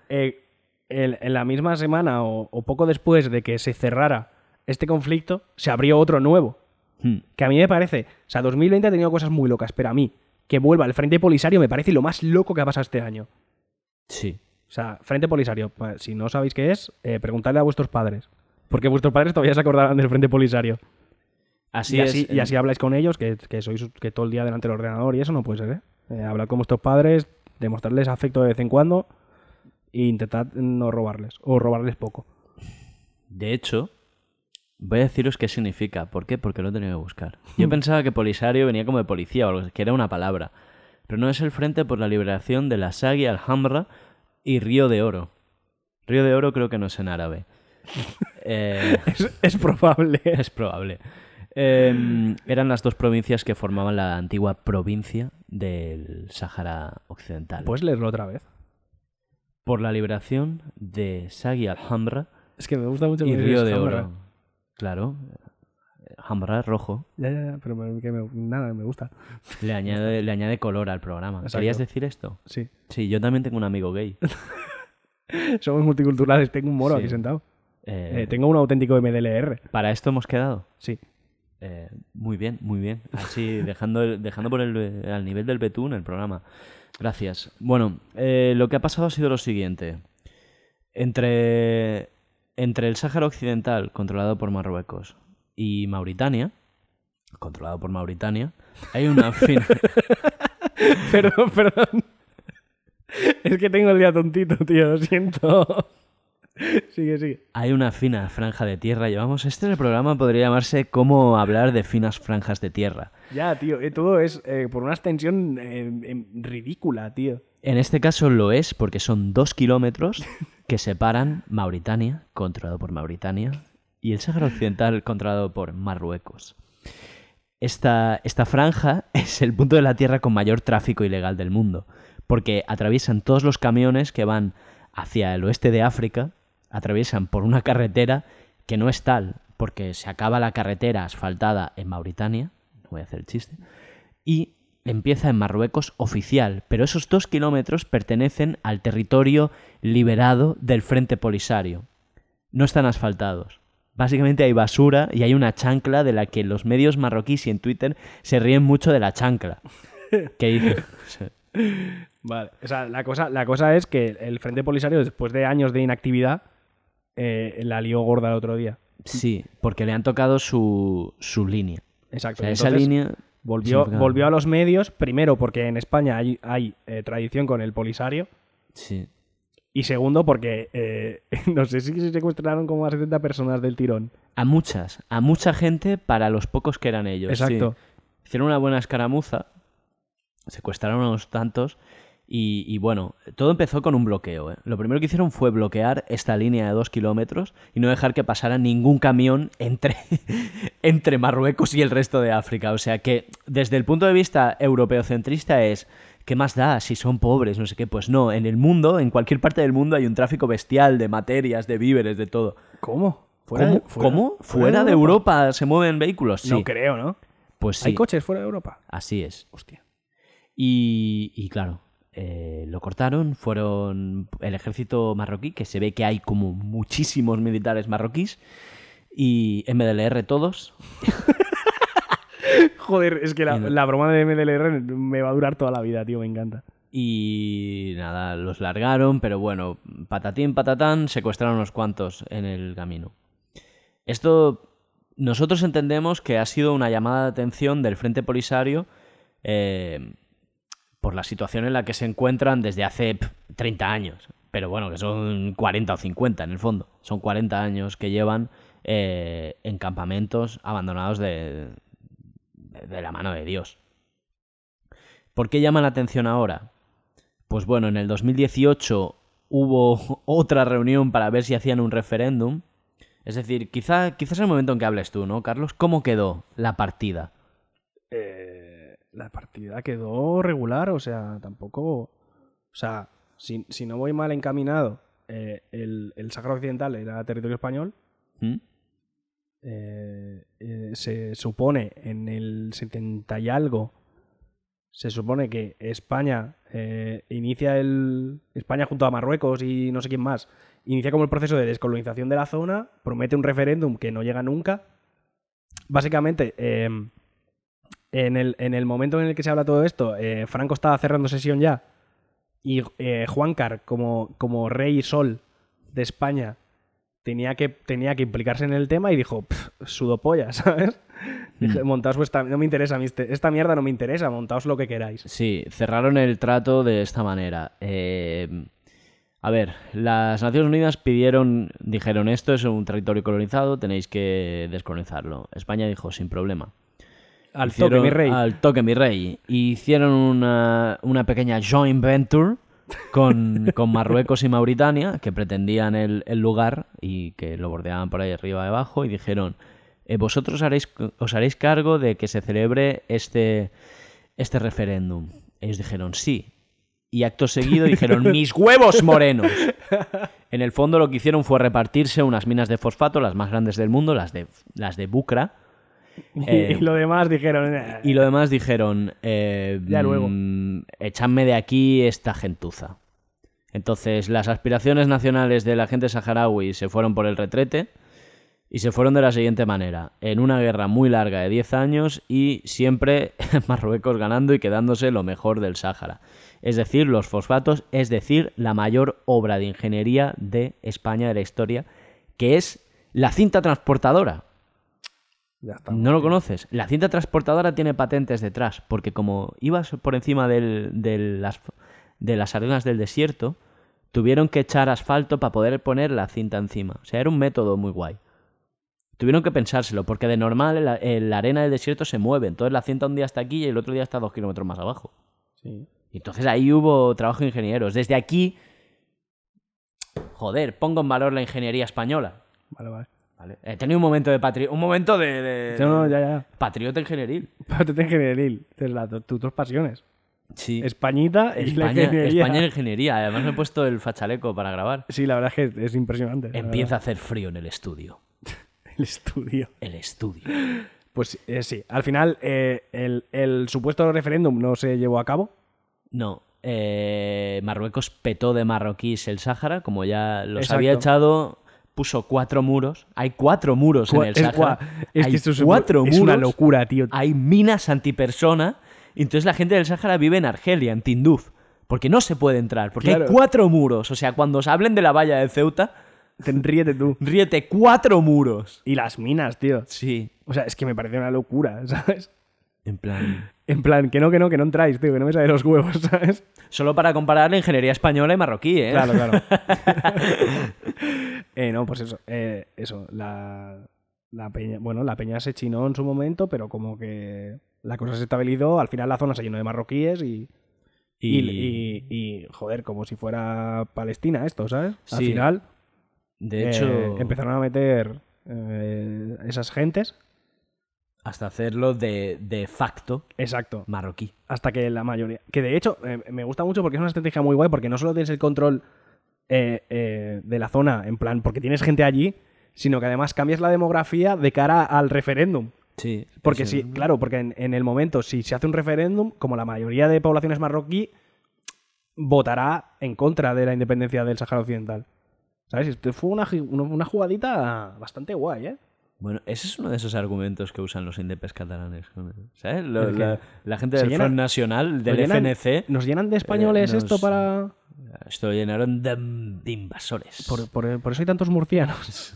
[SPEAKER 4] en la misma semana o poco después de que se cerrara este conflicto, se abrió otro nuevo. Que a mí me parece... O sea, 2020 ha tenido cosas muy locas, pero a mí, que vuelva el Frente Polisario me parece lo más loco que ha pasado este año.
[SPEAKER 5] Sí.
[SPEAKER 4] O sea, Frente Polisario, pues, si no sabéis qué es, preguntadle a vuestros padres. Porque vuestros padres todavía se acordarán del Frente Polisario.
[SPEAKER 5] Así es.
[SPEAKER 4] Y así habláis con ellos, que sois que todo el día delante del ordenador y eso no puede ser, ¿eh? Hablad con vuestros padres, demostrarles afecto de vez en cuando e intentad no robarles, o robarles poco.
[SPEAKER 5] De hecho, voy a deciros qué significa. ¿Por qué? Porque lo he tenido que buscar. Yo pensaba que Polisario venía como de policía o algo, que era una palabra. Pero no, es el Frente por la Liberación de la Sagui, Alhambra y Río de Oro. Río de Oro creo que no es en árabe.
[SPEAKER 4] Es probable.
[SPEAKER 5] Es probable. Eran las dos provincias que formaban la antigua provincia del Sáhara Occidental.
[SPEAKER 4] ¿Puedes leerlo otra vez?
[SPEAKER 5] Por la liberación de Sagui Alhambra
[SPEAKER 4] Es que me gusta mucho
[SPEAKER 5] y
[SPEAKER 4] que
[SPEAKER 5] Río
[SPEAKER 4] dices
[SPEAKER 5] de
[SPEAKER 4] Alhambra.
[SPEAKER 5] Oro. Claro. Alhambra rojo.
[SPEAKER 4] Ya, pero nada, me gusta.
[SPEAKER 5] Le añade color al programa.
[SPEAKER 4] Exacto.
[SPEAKER 5] ¿Querías decir esto?
[SPEAKER 4] Sí.
[SPEAKER 5] Sí, yo también tengo un amigo gay.
[SPEAKER 4] Somos multiculturales, tengo un moro
[SPEAKER 5] Sí.
[SPEAKER 4] aquí sentado. Tengo un auténtico MDLR.
[SPEAKER 5] ¿Para esto hemos quedado?
[SPEAKER 4] Sí.
[SPEAKER 5] Muy bien, muy bien. Así, dejando por al nivel del betún el programa. Gracias. Bueno, lo que ha pasado ha sido lo siguiente. Entre el Sáhara Occidental, controlado por Marruecos, y Mauritania, controlado por Mauritania, hay una
[SPEAKER 4] Perdón. Es que tengo el día tontito, tío, lo siento. Sigue.
[SPEAKER 5] Hay una fina franja de tierra. Llevamos... Este es el programa, podría llamarse Cómo hablar de finas franjas de tierra.
[SPEAKER 4] Ya, tío. Todo es por una extensión ridícula, tío.
[SPEAKER 5] En este caso lo es porque son 2 kilómetros que separan Mauritania, controlado por Mauritania, y el Sáhara Occidental, controlado por Marruecos. Esta franja es el punto de la tierra con mayor tráfico ilegal del mundo, porque atraviesan todos los camiones que van hacia el oeste de África, atraviesan por una carretera que no es tal, porque se acaba la carretera asfaltada en Mauritania, no voy a hacer el chiste, y empieza en Marruecos oficial, pero esos 2 kilómetros pertenecen al territorio liberado del Frente Polisario. No están asfaltados. Básicamente hay basura y hay una chancla de la que los medios marroquíes y en Twitter se ríen mucho de la chancla. ¿Qué dices?
[SPEAKER 4] Vale. O sea, la cosa es que el Frente Polisario, después de años de inactividad, la lió gorda el otro día.
[SPEAKER 5] Sí, porque le han tocado su línea.
[SPEAKER 4] Exacto.
[SPEAKER 5] O sea,
[SPEAKER 4] Entonces,
[SPEAKER 5] esa línea...
[SPEAKER 4] volvió a los medios, primero porque en España hay tradición con el Polisario.
[SPEAKER 5] Sí.
[SPEAKER 4] Y segundo, porque no sé si se secuestraron como a 70 personas del tirón.
[SPEAKER 5] A mucha gente para los pocos que eran ellos.
[SPEAKER 4] Exacto.
[SPEAKER 5] Sí. Hicieron una buena escaramuza, secuestraron a unos tantos y bueno, todo empezó con un bloqueo. Lo primero que hicieron fue bloquear esta línea de 2 kilómetros y no dejar que pasara ningún camión entre Marruecos y el resto de África. O sea que desde el punto de vista europeocentrista es... ¿Qué más da si son pobres? No sé qué. Pues no, en el mundo, en cualquier parte del mundo hay un tráfico bestial de materias, de víveres, de todo.
[SPEAKER 4] ¿Cómo?
[SPEAKER 5] ¿Cómo? ¿Fuera de Europa se mueven vehículos? Sí.
[SPEAKER 4] No creo, ¿no?
[SPEAKER 5] Pues sí.
[SPEAKER 4] ¿Hay coches fuera de Europa?
[SPEAKER 5] Así es.
[SPEAKER 4] Hostia.
[SPEAKER 5] Y claro, lo cortaron, fueron el ejército marroquí, que se ve que hay como muchísimos militares marroquíes, y MDLR todos...
[SPEAKER 4] Joder, es que la broma de MDLR me va a durar toda la vida, tío, me encanta.
[SPEAKER 5] Y nada, los largaron, pero bueno, patatín, patatán, secuestraron unos cuantos en el camino. Esto nosotros entendemos que ha sido una llamada de atención del Frente Polisario por la situación en la que se encuentran desde hace 30 años. Pero bueno, que son 40 o 50 en el fondo. Son 40 años que llevan en campamentos abandonados de la mano de Dios. ¿Por qué llama la atención ahora? Pues bueno, en el 2018 hubo otra reunión para ver si hacían un referéndum. Es decir, quizás el momento en que hables tú, ¿no, Carlos? ¿Cómo quedó la partida?
[SPEAKER 4] La partida quedó regular, o sea, tampoco... O sea, si no voy mal encaminado, el Sáhara Occidental era territorio español. Se supone en el 70 y algo, se supone que España España junto a Marruecos y no sé quién más, inicia como el proceso de descolonización de la zona, promete un referéndum que no llega nunca. Básicamente, en el momento en el que se habla todo esto, Franco estaba cerrando sesión ya y Juancar, como rey sol de España, tenía que implicarse en el tema y dijo, sudopolla, ¿sabes? Dije, montaos no me interesa, esta mierda no me interesa, montaos lo que queráis.
[SPEAKER 5] Sí, cerraron el trato de esta manera. A ver, las Naciones Unidas dijeron, esto es un territorio colonizado, tenéis que descolonizarlo. España dijo, sin problema.
[SPEAKER 4] Al toque, mi rey.
[SPEAKER 5] Al toque, mi rey. Hicieron una pequeña joint venture con Marruecos y Mauritania, que pretendían el lugar y que lo bordeaban por ahí arriba y abajo, y dijeron, vosotros os haréis cargo de que se celebre este referéndum. Ellos dijeron, sí. Y acto seguido dijeron, ¡mis huevos morenos! En el fondo lo que hicieron fue repartirse unas minas de fosfato, las más grandes del mundo, las de Bucra.
[SPEAKER 4] Y lo demás dijeron...
[SPEAKER 5] ya luego. Echadme de aquí esta gentuza. Entonces las aspiraciones nacionales de la gente saharaui se fueron por el retrete y se fueron de la siguiente manera. En una guerra muy larga de 10 años y siempre Marruecos ganando y quedándose lo mejor del Sáhara. Es decir, los fosfatos, es decir, la mayor obra de ingeniería de España de la historia, que es la cinta transportadora.
[SPEAKER 4] Ya está,
[SPEAKER 5] ¿No lo conoces? La cinta transportadora tiene patentes detrás, porque como ibas por encima de las arenas del desierto, tuvieron que echar asfalto para poder poner la cinta encima. O sea, era un método muy guay. Tuvieron que pensárselo, porque de normal la arena del desierto se mueve. Entonces la cinta un día está aquí y el otro día está 2 kilómetros más abajo.
[SPEAKER 4] Sí.
[SPEAKER 5] Y entonces ahí hubo trabajo de ingenieros. Desde aquí, joder, pongo en valor la ingeniería española.
[SPEAKER 4] Vale.
[SPEAKER 5] Vale. He tenido un momento de
[SPEAKER 4] No, ya.
[SPEAKER 5] patriota ingenieril.
[SPEAKER 4] Patriota ingenieril. Tus dos pasiones.
[SPEAKER 5] Sí.
[SPEAKER 4] Españita y la ingeniería.
[SPEAKER 5] España en ingeniería. Además me he puesto el fachaleco para grabar.
[SPEAKER 4] Sí, la verdad es que es impresionante.
[SPEAKER 5] Empieza a hacer frío en el estudio.
[SPEAKER 4] El estudio.
[SPEAKER 5] El estudio.
[SPEAKER 4] Pues sí, al final el supuesto referéndum no se llevó a cabo.
[SPEAKER 5] No. Marruecos petó de marroquíes el Sáhara, como ya los
[SPEAKER 4] Exacto.
[SPEAKER 5] había echado, puso 4 muros. Hay 4 muros en el Sáhara.
[SPEAKER 4] Es
[SPEAKER 5] Hay
[SPEAKER 4] que esto
[SPEAKER 5] 4 muros.
[SPEAKER 4] es una locura, tío.
[SPEAKER 5] Hay minas antipersona. Y entonces la gente del Sáhara vive en Argelia, en Tinduf. Porque no se puede entrar. Porque
[SPEAKER 4] Claro.
[SPEAKER 5] hay 4 muros. O sea, cuando os hablen de la valla de Ceuta,
[SPEAKER 4] Ríete tú.
[SPEAKER 5] ríete, 4 muros.
[SPEAKER 4] Y las minas, tío.
[SPEAKER 5] Sí.
[SPEAKER 4] O sea, es que me parece una locura, ¿sabes?
[SPEAKER 5] En plan...
[SPEAKER 4] En plan, que no entráis, tío, que no me sale los huevos, ¿sabes?
[SPEAKER 5] Solo para comparar la ingeniería española y marroquí, ¿eh?
[SPEAKER 4] Claro. No, pues eso. La peña, bueno, la peña se chinó en su momento, pero como que la cosa se estabilizó. Al final la zona se llenó de marroquíes y joder, como si fuera Palestina esto, ¿sabes? Al
[SPEAKER 5] Sí.
[SPEAKER 4] final
[SPEAKER 5] De hecho,
[SPEAKER 4] empezaron a meter esas gentes.
[SPEAKER 5] hasta hacerlo de facto
[SPEAKER 4] Exacto.
[SPEAKER 5] marroquí.
[SPEAKER 4] Hasta que la mayoría... Que de hecho me gusta mucho porque es una estrategia muy guay, porque no solo tienes el control de la zona, en plan, porque tienes gente allí, sino que además cambias la demografía de cara al referéndum.
[SPEAKER 5] Sí.
[SPEAKER 4] Porque
[SPEAKER 5] eso.
[SPEAKER 4] sí, claro, porque en el momento, si se hace un referéndum, como la mayoría de poblaciones marroquí, votará en contra de la independencia del Sáhara Occidental. ¿Sabes? Esto fue una jugadita bastante guay, ¿eh?
[SPEAKER 5] Bueno, ese es uno de esos argumentos que usan los indepes catalanes. ¿Sabes?
[SPEAKER 4] ¿El qué?
[SPEAKER 5] La gente
[SPEAKER 4] Se
[SPEAKER 5] del
[SPEAKER 4] llena-
[SPEAKER 5] Front Nacional, del
[SPEAKER 4] ¿Nos llenan-
[SPEAKER 5] FNC,
[SPEAKER 4] ¿Nos llenan de españoles
[SPEAKER 5] nos-
[SPEAKER 4] esto para...?
[SPEAKER 5] esto lo llenaron de invasores.
[SPEAKER 4] Por eso hay tantos murcianos.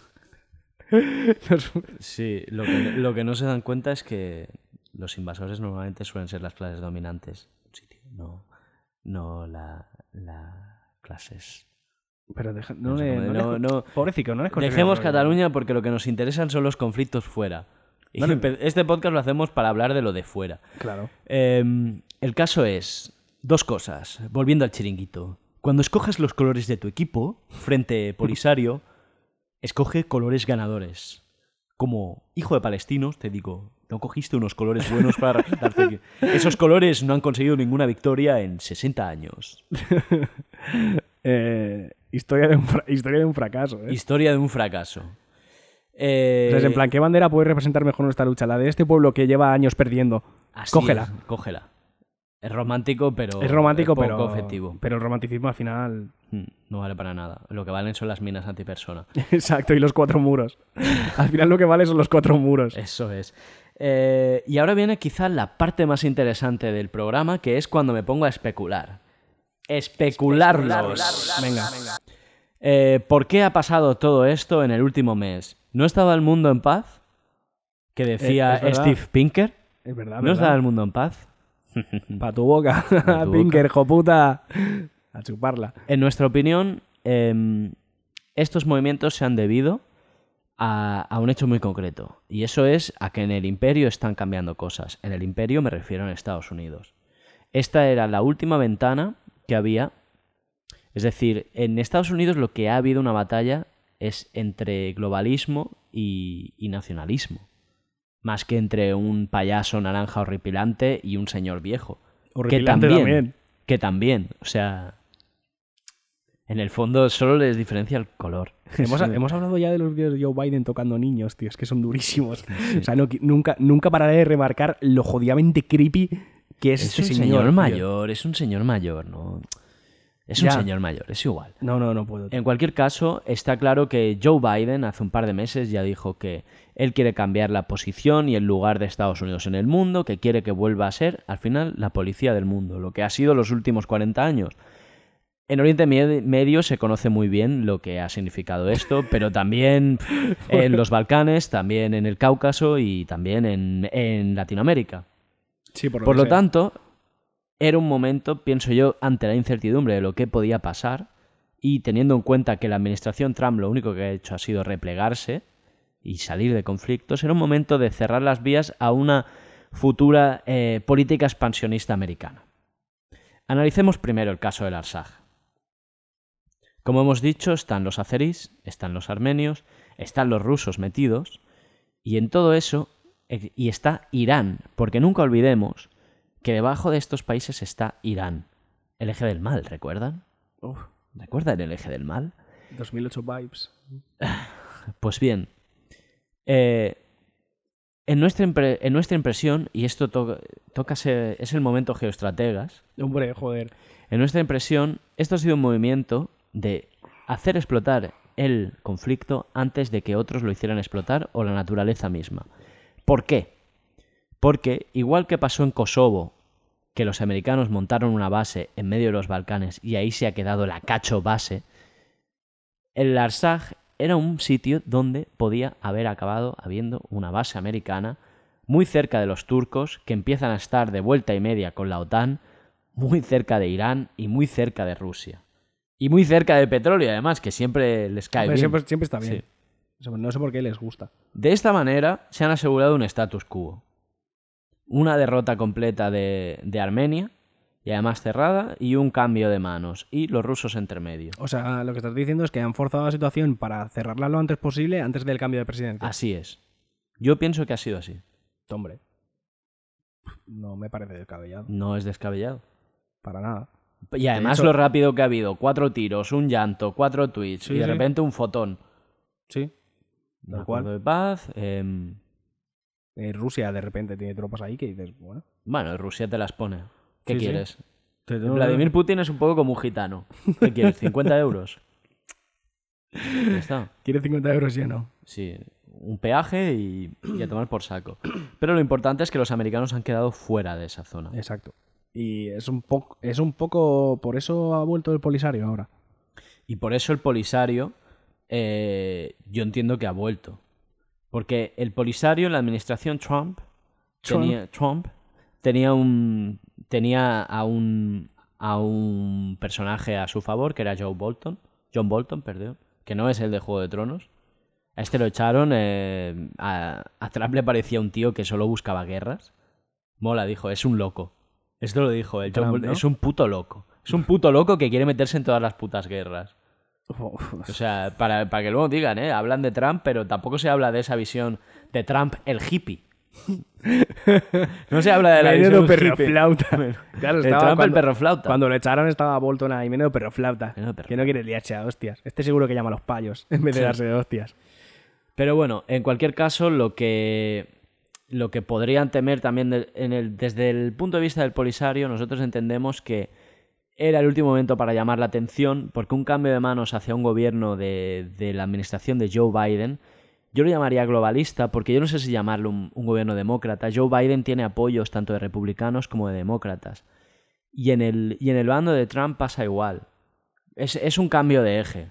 [SPEAKER 5] Sí, lo que no se dan cuenta es que los invasores normalmente suelen ser las clases dominantes de un sitio, no las clases.
[SPEAKER 4] Pero
[SPEAKER 5] No.
[SPEAKER 4] Pobrecito, no les considero
[SPEAKER 5] Dejemos
[SPEAKER 4] rollo.
[SPEAKER 5] Cataluña porque lo que nos interesan son los conflictos fuera. Y
[SPEAKER 4] Bueno.
[SPEAKER 5] este podcast lo hacemos para hablar de lo de fuera.
[SPEAKER 4] Claro.
[SPEAKER 5] El caso es 2 cosas. Volviendo al chiringuito. Cuando escoges los colores de tu equipo, frente Polisario, escoge colores ganadores. Como hijo de palestinos, te digo, no cogiste unos colores buenos para representarte. Esos colores no han conseguido ninguna victoria en 60 años.
[SPEAKER 4] Historia de un fracaso, ¿eh?
[SPEAKER 5] Historia de un fracaso.
[SPEAKER 4] O sea, es en plan, ¿qué bandera puede representar mejor nuestra lucha? La de este pueblo que lleva años perdiendo.
[SPEAKER 5] Así
[SPEAKER 4] Cógela.
[SPEAKER 5] es, cógela. Es romántico, pero
[SPEAKER 4] Es romántico,
[SPEAKER 5] poco
[SPEAKER 4] pero
[SPEAKER 5] efectivo.
[SPEAKER 4] pero el romanticismo al final...
[SPEAKER 5] No vale para nada. Lo que valen son las minas antipersona.
[SPEAKER 4] Exacto, y los 4 muros. Al final lo que vale son los 4 muros.
[SPEAKER 5] Eso es. Y ahora viene quizá la parte más interesante del programa, que es cuando me pongo a especular. Especularlos.
[SPEAKER 4] Venga.
[SPEAKER 5] ¿Por qué ha pasado todo esto en el último mes? ¿No estaba el mundo en paz? Que decía
[SPEAKER 4] Es verdad.
[SPEAKER 5] Steve Pinker.
[SPEAKER 4] Es verdad,
[SPEAKER 5] ¿No estaba el mundo en paz?
[SPEAKER 4] Pa' tu boca.
[SPEAKER 5] Pa' tu
[SPEAKER 4] Pinker, joputa. A chuparla.
[SPEAKER 5] En nuestra opinión, estos movimientos se han debido a un hecho muy concreto. Y eso es a que en el imperio están cambiando cosas. En el imperio me refiero a Estados Unidos. Esta era la última ventana que había. Es decir, en Estados Unidos lo que ha habido una batalla es entre globalismo y nacionalismo. Más que entre un payaso naranja horripilante y un señor viejo.
[SPEAKER 4] Horripilante también.
[SPEAKER 5] Que también, o sea... En el fondo solo les diferencia el color.
[SPEAKER 4] Hemos hablado ya de los vídeos de Joe Biden tocando niños, tío. Es que son durísimos. O sea, nunca pararé de remarcar lo jodidamente creepy que es este
[SPEAKER 5] un
[SPEAKER 4] señor.
[SPEAKER 5] señor
[SPEAKER 4] tío.
[SPEAKER 5] mayor, es un señor mayor, ¿no? Es un
[SPEAKER 4] Ya.
[SPEAKER 5] señor mayor, es igual.
[SPEAKER 4] No puedo.
[SPEAKER 5] En cualquier caso, está claro que Joe Biden hace un par de meses ya dijo que él quiere cambiar la posición y el lugar de Estados Unidos en el mundo, que quiere que vuelva a ser, al final, la policía del mundo, lo que ha sido los últimos 40 años. En Oriente Medio se conoce muy bien lo que ha significado esto, pero también en los Balcanes, también en el Cáucaso y también en Latinoamérica.
[SPEAKER 4] Sí, por
[SPEAKER 5] Por lo
[SPEAKER 4] que sé.
[SPEAKER 5] tanto, era un momento, pienso yo, ante la incertidumbre de lo que podía pasar y teniendo en cuenta que la administración Trump lo único que ha hecho ha sido replegarse y salir de conflictos, era un momento de cerrar las vías a una futura política expansionista americana. Analicemos primero el caso del Arsaj. Como hemos dicho, están los azeríes, están los armenios, están los rusos metidos, y en todo eso, y está Irán, porque nunca olvidemos que debajo de estos países está Irán, el eje del mal, ¿recuerdan? ¿Recuerdan el eje del mal?
[SPEAKER 4] 2008 vibes.
[SPEAKER 5] Pues bien, en nuestra impresión, y esto es el momento geoestrategas,
[SPEAKER 4] Hombre, joder.
[SPEAKER 5] en nuestra impresión, esto ha sido un movimiento de hacer explotar el conflicto antes de que otros lo hicieran explotar o la naturaleza misma. ¿Por qué? Porque, igual que pasó en Kosovo, que los americanos montaron una base en medio de los Balcanes y ahí se ha quedado la cacho base, el Arsaj era un sitio donde podía haber acabado habiendo una base americana muy cerca de los turcos, que empiezan a estar de vuelta y media con la OTAN, muy cerca de Irán y muy cerca de Rusia. Y muy cerca del petróleo, además, que siempre les cae bien.
[SPEAKER 4] Siempre está bien.
[SPEAKER 5] Sí.
[SPEAKER 4] No sé por qué les gusta.
[SPEAKER 5] De esta manera se han asegurado un status quo. Una derrota completa de Armenia, y además cerrada, y un cambio de manos, y los rusos entre medio.
[SPEAKER 4] O sea, lo que estás diciendo es que han forzado la situación para cerrarla lo antes posible, antes del cambio de presidente.
[SPEAKER 5] Así es. Yo pienso que ha sido así.
[SPEAKER 4] Hombre, no me parece descabellado.
[SPEAKER 5] No es descabellado.
[SPEAKER 4] Para nada.
[SPEAKER 5] Y además lo rápido que ha habido. 4 tiros, un llanto, 4 tweets, y de repente un fotón.
[SPEAKER 4] Sí.
[SPEAKER 5] Un acuerdo de paz.
[SPEAKER 4] Rusia de repente tiene tropas ahí que dices, bueno.
[SPEAKER 5] Bueno, Rusia te las pone. ¿Qué
[SPEAKER 4] Sí,
[SPEAKER 5] quieres?
[SPEAKER 4] sí.
[SPEAKER 5] Vladimir Putin es un poco como un gitano. ¿Qué quieres? ¿50 euros? Ya está.
[SPEAKER 4] ¿Quiere 50 euros ya no?
[SPEAKER 5] Sí, un peaje y a tomar por saco. Pero lo importante es que los americanos han quedado fuera de esa zona.
[SPEAKER 4] Exacto. Y es un poco... Por eso ha vuelto el Polisario ahora.
[SPEAKER 5] Y por eso el Polisario yo entiendo que ha vuelto. Porque el Polisario en la administración Trump tenía a un personaje a su favor, que era John Bolton, que no es el de Juego de Tronos. A este lo echaron, a Trump le parecía un tío que solo buscaba guerras. Mola, dijo, es un loco. Esto lo dijo él,
[SPEAKER 4] Trump, ¿no?
[SPEAKER 5] Es un puto loco. Es un puto loco que quiere meterse en todas las putas guerras. O sea, para que luego digan, hablan de Trump, pero tampoco se habla de esa visión de Trump el hippie. No se habla de la visión hippie.
[SPEAKER 4] Flauta. Claro,
[SPEAKER 5] De Trump el perro flauta.
[SPEAKER 4] Cuando lo echaron estaba Bolton ahí, menudo perro flauta. Que no quiere liarse a hostias. Este seguro que llama a los payos en vez de darse de hostias.
[SPEAKER 5] Pero bueno, en cualquier caso, lo que podrían temer también desde el punto de vista del Polisario, nosotros entendemos que era el último momento para llamar la atención, porque un cambio de manos hacia un gobierno de la administración de Joe Biden, yo lo llamaría globalista, porque yo no sé si llamarlo un gobierno demócrata. Joe Biden tiene apoyos tanto de republicanos como de demócratas. Y en el bando de Trump pasa igual. Es un cambio de eje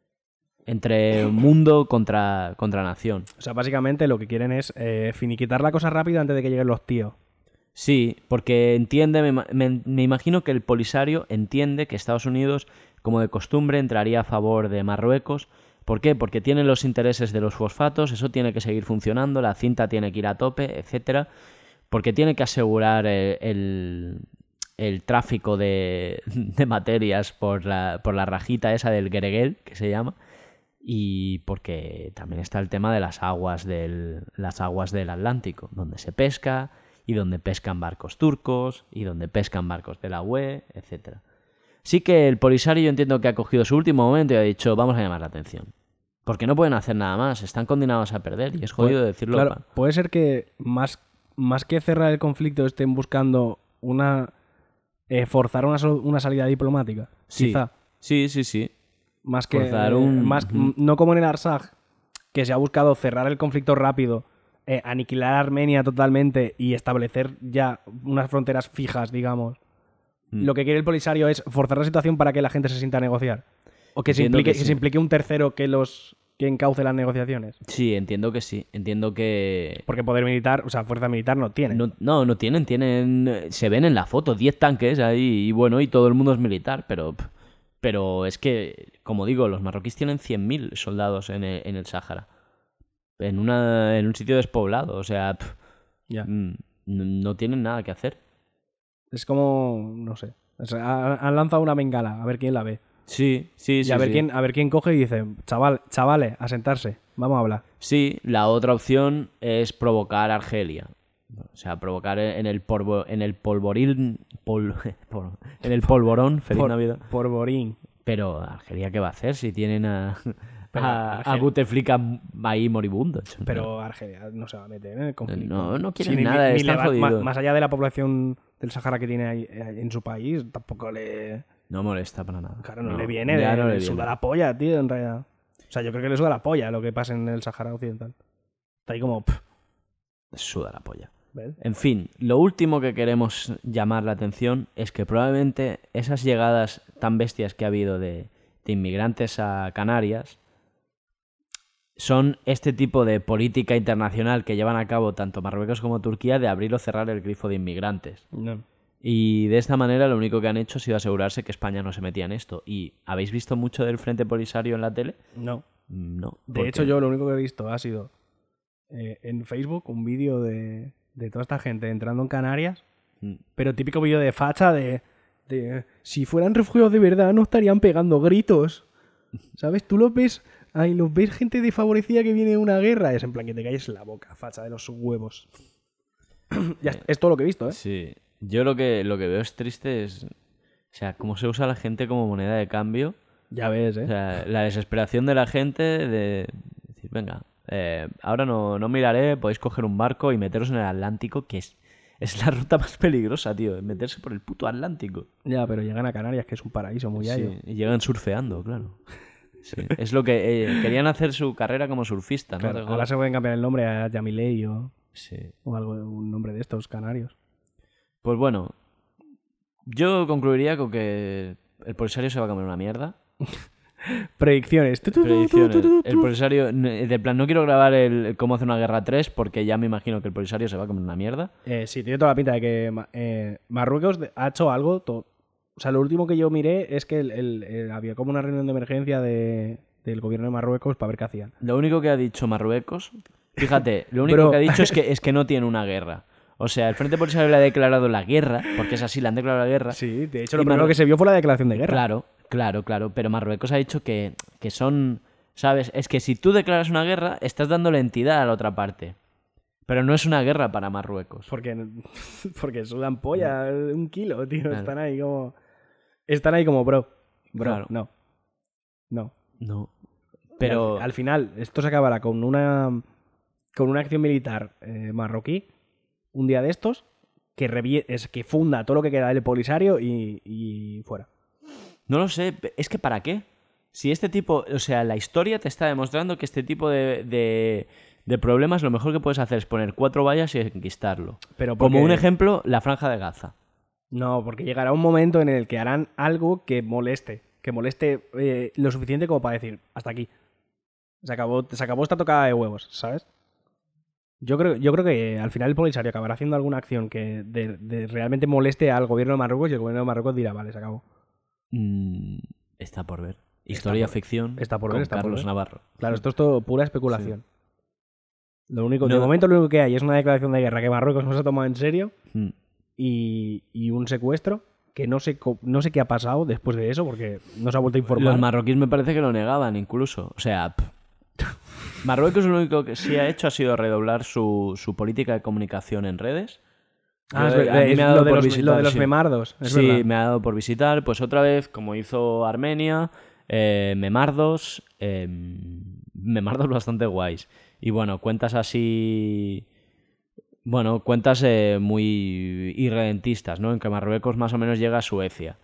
[SPEAKER 5] entre mundo contra nación.
[SPEAKER 4] O sea, básicamente lo que quieren es finiquitar la cosa rápido antes de que lleguen los tíos.
[SPEAKER 5] Sí, porque me imagino que el Polisario entiende que Estados Unidos, como de costumbre, entraría a favor de Marruecos. ¿Por qué? Porque tienen los intereses de los fosfatos, eso tiene que seguir funcionando, la cinta tiene que ir a tope, etcétera, porque tiene que asegurar el tráfico de materias por la rajita esa del Geregel, que se llama, y porque también está el tema de las aguas del Atlántico, donde se pesca y donde pescan barcos turcos y donde pescan barcos de la UE, etcétera. Sí que el Polisario yo entiendo que ha cogido su último momento y ha dicho vamos a llamar la atención. Porque no pueden hacer nada más, están condenados a perder y es jodido decirlo.
[SPEAKER 4] Claro, puede ser que más que cerrar el conflicto estén buscando forzar una salida diplomática.
[SPEAKER 5] Sí,
[SPEAKER 4] quizá.
[SPEAKER 5] Sí.
[SPEAKER 4] Más que
[SPEAKER 5] Forzar
[SPEAKER 4] no como en el Arsaj, que se ha buscado cerrar el conflicto rápido, aniquilar a Armenia totalmente y establecer ya unas fronteras fijas, digamos. Lo que quiere el Polisario es forzar la situación para que la gente se sienta a negociar. O que se implique un tercero que encauce las negociaciones.
[SPEAKER 5] Sí, entiendo que sí. Entiendo que...
[SPEAKER 4] Porque poder militar, o sea, fuerza militar no tienen.
[SPEAKER 5] No tienen. Se ven en la foto 10 tanques ahí y bueno, y todo el mundo es militar, pero Pero es que, como digo, los marroquíes tienen 100.000 soldados en el Sáhara. En un sitio despoblado. O sea,
[SPEAKER 4] Ya.
[SPEAKER 5] no tienen nada que hacer.
[SPEAKER 4] Es como, no sé. O sea, han lanzado una bengala, a ver quién la ve.
[SPEAKER 5] Sí.
[SPEAKER 4] Y a ver quién coge y dice, chavales, a sentarse, vamos a hablar.
[SPEAKER 5] Sí, la otra opción es provocar a Argelia. O sea, provocar en el polvorón, feliz Navidad.
[SPEAKER 4] Por Borín.
[SPEAKER 5] Pero Argelia, ¿qué va a hacer si tienen a
[SPEAKER 4] Argelia-
[SPEAKER 5] Bouteflika ahí moribundo?
[SPEAKER 4] Pero Argelia no se va a meter en el conflicto.
[SPEAKER 5] No quieren
[SPEAKER 4] Sí,
[SPEAKER 5] nada,
[SPEAKER 4] ni
[SPEAKER 5] están
[SPEAKER 4] le va-
[SPEAKER 5] jodidos.
[SPEAKER 4] Más allá de la población del Sahara que tiene ahí en su país, tampoco le...
[SPEAKER 5] No molesta para nada.
[SPEAKER 4] Claro, no le viene,
[SPEAKER 5] ya no le
[SPEAKER 4] le
[SPEAKER 5] viene.
[SPEAKER 4] suda la polla, tío, en realidad. O sea, yo creo que le suda la polla lo que pasa en el Sahara Occidental. Está ahí como...
[SPEAKER 5] Suda la polla.
[SPEAKER 4] ¿ves?
[SPEAKER 5] En fin, lo último que queremos llamar la atención es que probablemente esas llegadas tan bestias que ha habido de inmigrantes a Canarias son este tipo de política internacional que llevan a cabo tanto Marruecos como Turquía de abrir o cerrar el grifo de inmigrantes.
[SPEAKER 4] No.
[SPEAKER 5] Y de esta manera lo único que han hecho ha sido asegurarse que España no se metía en esto. ¿Y habéis visto mucho del Frente Polisario en la tele?
[SPEAKER 4] No.
[SPEAKER 5] No.
[SPEAKER 4] De hecho, yo lo único que he visto ha sido en Facebook un vídeo de toda esta gente entrando en Canarias, pero típico vídeo de facha de si fueran refugiados de verdad no estarían pegando gritos. ¿Sabes? Tú los ves, los ves gente desfavorecida que viene de una guerra. Es en plan que te calles la boca, facha de los huevos. Ya, es todo lo que he visto, ¿eh?
[SPEAKER 5] Sí. Yo lo que veo es triste es... O sea, cómo se usa la gente como moneda de cambio.
[SPEAKER 4] Ya ves, ¿eh?
[SPEAKER 5] O sea, la desesperación de la gente de decir, venga, ahora no miraré, podéis coger un barco y meteros en el Atlántico, que es la ruta más peligrosa, tío, meterse por el puto Atlántico.
[SPEAKER 4] Ya, pero llegan a Canarias, que es un paraíso muy gallo.
[SPEAKER 5] Sí, y llegan surfeando, claro. Sí, es lo que querían hacer su carrera como surfista, ¿no?
[SPEAKER 4] Claro, ahora se pueden cambiar el nombre a Yamilei
[SPEAKER 5] Sí.
[SPEAKER 4] o algo, un nombre de estos canarios.
[SPEAKER 5] Pues bueno, yo concluiría con que el Polisario se va a comer una mierda.
[SPEAKER 4] Predicciones.
[SPEAKER 5] Predicciones. El Polisario, de plan, no quiero grabar el cómo hacer una guerra 3 porque ya me imagino que el Polisario se va a comer una mierda.
[SPEAKER 4] Sí, tiene toda la pinta de que Marruecos ha hecho algo. O sea, lo último que yo miré es que había como una reunión de emergencia del gobierno de Marruecos para ver qué hacían.
[SPEAKER 5] Lo único que ha dicho Marruecos, fíjate, lo único
[SPEAKER 4] Bro.
[SPEAKER 5] que ha dicho es que no tiene una guerra. O sea, el Frente Polisario le ha declarado la guerra, porque es así, le han declarado la guerra.
[SPEAKER 4] Sí, de hecho, lo
[SPEAKER 5] Y
[SPEAKER 4] primero que se vio fue la declaración de guerra.
[SPEAKER 5] Claro, pero Marruecos ha dicho que son, ¿sabes? Es que si tú declaras una guerra, estás dándole entidad a la otra parte. Pero no es una guerra para Marruecos.
[SPEAKER 4] Porque sudan polla 1 kilo, tío.
[SPEAKER 5] Claro.
[SPEAKER 4] Están ahí como, bro.
[SPEAKER 5] Claro.
[SPEAKER 4] No.
[SPEAKER 5] No.
[SPEAKER 4] Y
[SPEAKER 5] Pero
[SPEAKER 4] al final, esto se acabará con una acción militar marroquí, un día de estos, que funda todo lo que queda del Polisario y fuera.
[SPEAKER 5] no lo sé, es que ¿para qué? Si este tipo, o sea, la historia te está demostrando que este tipo de problemas lo mejor que puedes hacer es poner 4 vallas y conquistarlo.
[SPEAKER 4] Pero
[SPEAKER 5] Como
[SPEAKER 4] porque-
[SPEAKER 5] un ejemplo, la Franja de Gaza.
[SPEAKER 4] No, porque llegará un momento en el que harán algo que moleste lo suficiente como para decir, hasta aquí. Se acabó esta tocada de huevos, ¿sabes? Yo creo que al final el Polisario acabará haciendo alguna acción que de realmente moleste al gobierno de Marruecos y el gobierno de Marruecos dirá, vale, se acabó.
[SPEAKER 5] Está por ver. Historia, ficción.
[SPEAKER 4] está por ver,
[SPEAKER 5] con
[SPEAKER 4] está por
[SPEAKER 5] Carlos
[SPEAKER 4] ver.
[SPEAKER 5] Navarro.
[SPEAKER 4] Claro, esto es todo pura especulación. De
[SPEAKER 5] No.
[SPEAKER 4] momento lo único que hay es una declaración de guerra que Marruecos no se ha tomado en serio
[SPEAKER 5] Mm.
[SPEAKER 4] y un secuestro que no sé qué ha pasado después de eso porque no se ha vuelto a informar.
[SPEAKER 5] Los marroquíes me parece que lo negaban incluso. O sea, Marruecos lo único que sí ha hecho ha sido redoblar su política de comunicación en redes.
[SPEAKER 4] Ah, es
[SPEAKER 5] Yo-
[SPEAKER 4] verdad,
[SPEAKER 5] a mí
[SPEAKER 4] es
[SPEAKER 5] me ha dado
[SPEAKER 4] lo de
[SPEAKER 5] por
[SPEAKER 4] los
[SPEAKER 5] visitar, sí.
[SPEAKER 4] memardos. Es
[SPEAKER 5] Sí,
[SPEAKER 4] verdad.
[SPEAKER 5] me ha dado por visitar. Pues otra vez, como hizo Armenia, memardos. Memardos bastante guays. Y bueno, cuentas así... Bueno, cuentas muy irredentistas, ¿no? En que Marruecos más o menos llega a Suecia.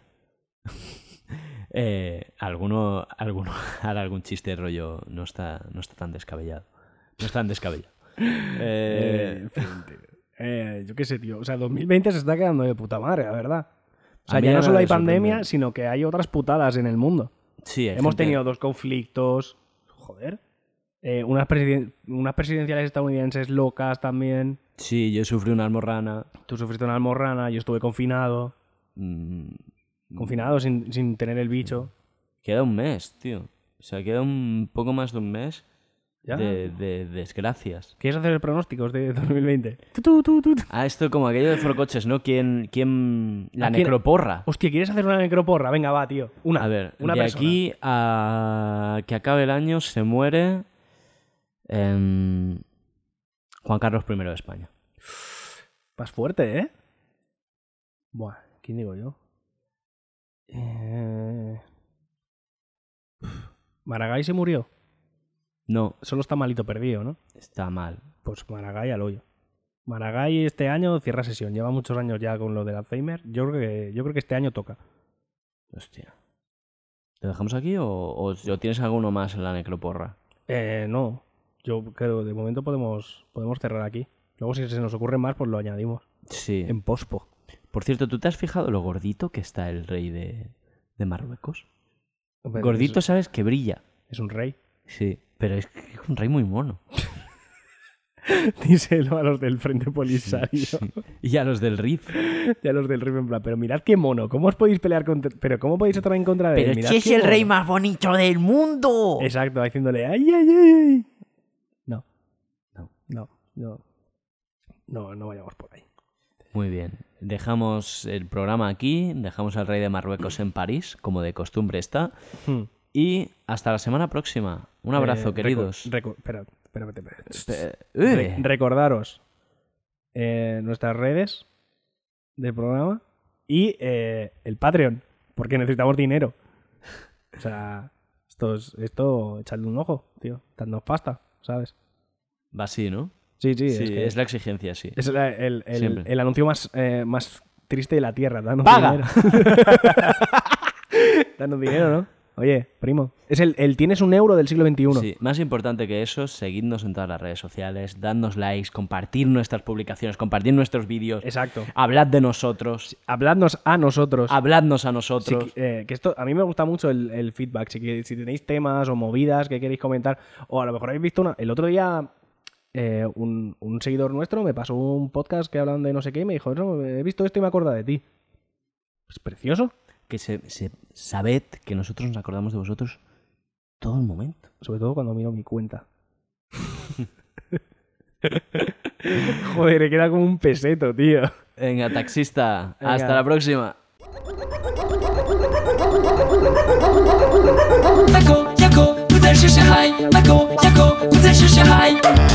[SPEAKER 5] Alguno hará algún chiste rollo. No está tan descabellado. No es tan descabellado.
[SPEAKER 4] En fin, tío. Yo qué sé, tío. O sea, 2020 se está quedando de puta madre, la verdad. O sea,
[SPEAKER 5] A mí
[SPEAKER 4] ya no
[SPEAKER 5] me
[SPEAKER 4] solo hay
[SPEAKER 5] sorprende.
[SPEAKER 4] pandemia, sino que hay otras putadas en el mundo.
[SPEAKER 5] Sí, hay
[SPEAKER 4] Hemos
[SPEAKER 5] gente-
[SPEAKER 4] tenido 2 conflictos. Joder. Unas presidenciales estadounidenses locas también.
[SPEAKER 5] Sí, yo sufrí una almorrana.
[SPEAKER 4] Tú sufriste una almorrana, yo estuve confinado.
[SPEAKER 5] Mm,
[SPEAKER 4] Confinado sin tener el bicho.
[SPEAKER 5] Queda un mes, tío. O sea, queda un poco más de un mes de desgracias.
[SPEAKER 4] ¿Quieres hacer el pronóstico de 2020?
[SPEAKER 5] Esto como aquello de Forcoches, ¿no? ¿Quién la necroporra?
[SPEAKER 4] Hostia, ¿quieres hacer una necroporra? Venga, va, tío.
[SPEAKER 5] A ver,
[SPEAKER 4] una
[SPEAKER 5] de
[SPEAKER 4] persona.
[SPEAKER 5] aquí a que acabe el año se muere Juan Carlos I de España.
[SPEAKER 4] Vas fuerte, ¿eh? Buah, ¿quién digo yo? Maragall se murió.
[SPEAKER 5] No,
[SPEAKER 4] Solo está malito perdido, ¿no?
[SPEAKER 5] está mal.
[SPEAKER 4] Pues Maragall al hoyo. Maragall este año cierra sesión. Lleva muchos años ya con lo del Alzheimer. Yo creo que este año toca.
[SPEAKER 5] Hostia. ¿Lo dejamos aquí o tienes alguno más en la necroporra?
[SPEAKER 4] No. Yo creo que de momento podemos cerrar aquí. Luego si se nos ocurre más, pues lo añadimos.
[SPEAKER 5] Sí.
[SPEAKER 4] En pospo.
[SPEAKER 5] Por cierto, ¿tú te has fijado lo gordito que está el rey de Marruecos?
[SPEAKER 4] Hombre,
[SPEAKER 5] Gordito, ¿sabes? Que brilla.
[SPEAKER 4] Es un rey.
[SPEAKER 5] Sí, pero es un rey muy mono.
[SPEAKER 4] Díselo a los del Frente Polisario.
[SPEAKER 5] Sí. Y a los del RIF.
[SPEAKER 4] Y a los del Rey en plan, pero mirad qué mono. ¿Cómo os podéis pelear contra... Pero cómo podéis estar en contra de él? Mirad
[SPEAKER 5] si es
[SPEAKER 4] qué
[SPEAKER 5] el
[SPEAKER 4] mono.
[SPEAKER 5] rey más bonito del mundo.
[SPEAKER 4] Exacto, haciéndole ay, ay, ay, ay. No vayamos por ahí.
[SPEAKER 5] Muy bien. Dejamos el programa aquí, dejamos al rey de Marruecos en París, como de costumbre está. Y hasta la semana próxima. Un abrazo, queridos.
[SPEAKER 4] Espérate.
[SPEAKER 5] Uy.
[SPEAKER 4] Recordaros nuestras redes del programa y el Patreon, porque necesitamos dinero. O sea, esto echadle un ojo, tío. Dadnos pasta, ¿sabes?
[SPEAKER 5] Va así, ¿no?
[SPEAKER 4] Sí,
[SPEAKER 5] Es la exigencia, sí.
[SPEAKER 4] Es el anuncio más triste de la tierra. Danos
[SPEAKER 5] ¡Paga!
[SPEAKER 4] dinero. Danos dinero, ¿no? Oye, primo. Es el tienes un euro del siglo XXI.
[SPEAKER 5] Sí, más importante que eso, seguidnos en todas las redes sociales, dadnos likes, compartir nuestras publicaciones, compartir nuestros vídeos.
[SPEAKER 4] Exacto.
[SPEAKER 5] Hablad de nosotros.
[SPEAKER 4] Habladnos a nosotros.
[SPEAKER 5] Habladnos a nosotros.
[SPEAKER 4] Que esto, a mí me gusta mucho el feedback. Si tenéis temas o movidas que queréis comentar, o a lo mejor habéis visto el otro día un seguidor nuestro me pasó un podcast que hablan de no sé qué y me dijo, no, he visto esto y me acuerdo de ti. Es precioso.
[SPEAKER 5] Que sabed que nosotros nos acordamos de vosotros todo el momento.
[SPEAKER 4] Sobre todo cuando miro mi cuenta. Joder, queda como un peseto, tío.
[SPEAKER 5] Venga, taxista.
[SPEAKER 4] Venga.
[SPEAKER 5] Hasta la próxima.
[SPEAKER 3] Marco, Jaco, 不再是小孩。Marco, Jaco, 不再是小孩。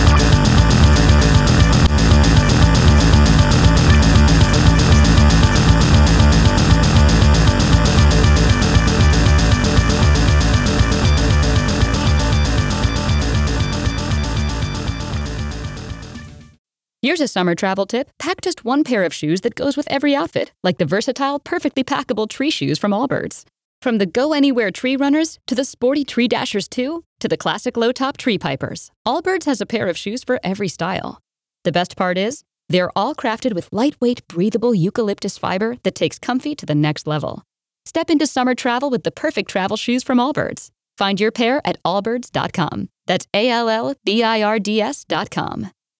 [SPEAKER 6] Here's a summer travel tip. Pack just one pair of shoes that goes with every outfit, like the versatile, perfectly packable tree shoes from Allbirds. From the go-anywhere tree runners, to the sporty tree dashers too, to the classic low-top tree pipers, Allbirds has a pair of shoes for every style. The best part is, they're all crafted with lightweight, breathable eucalyptus fiber that takes comfy to the next level. Step into summer travel with the perfect travel shoes from Allbirds. Find your pair at allbirds.com. That's ALLBIRDS.com.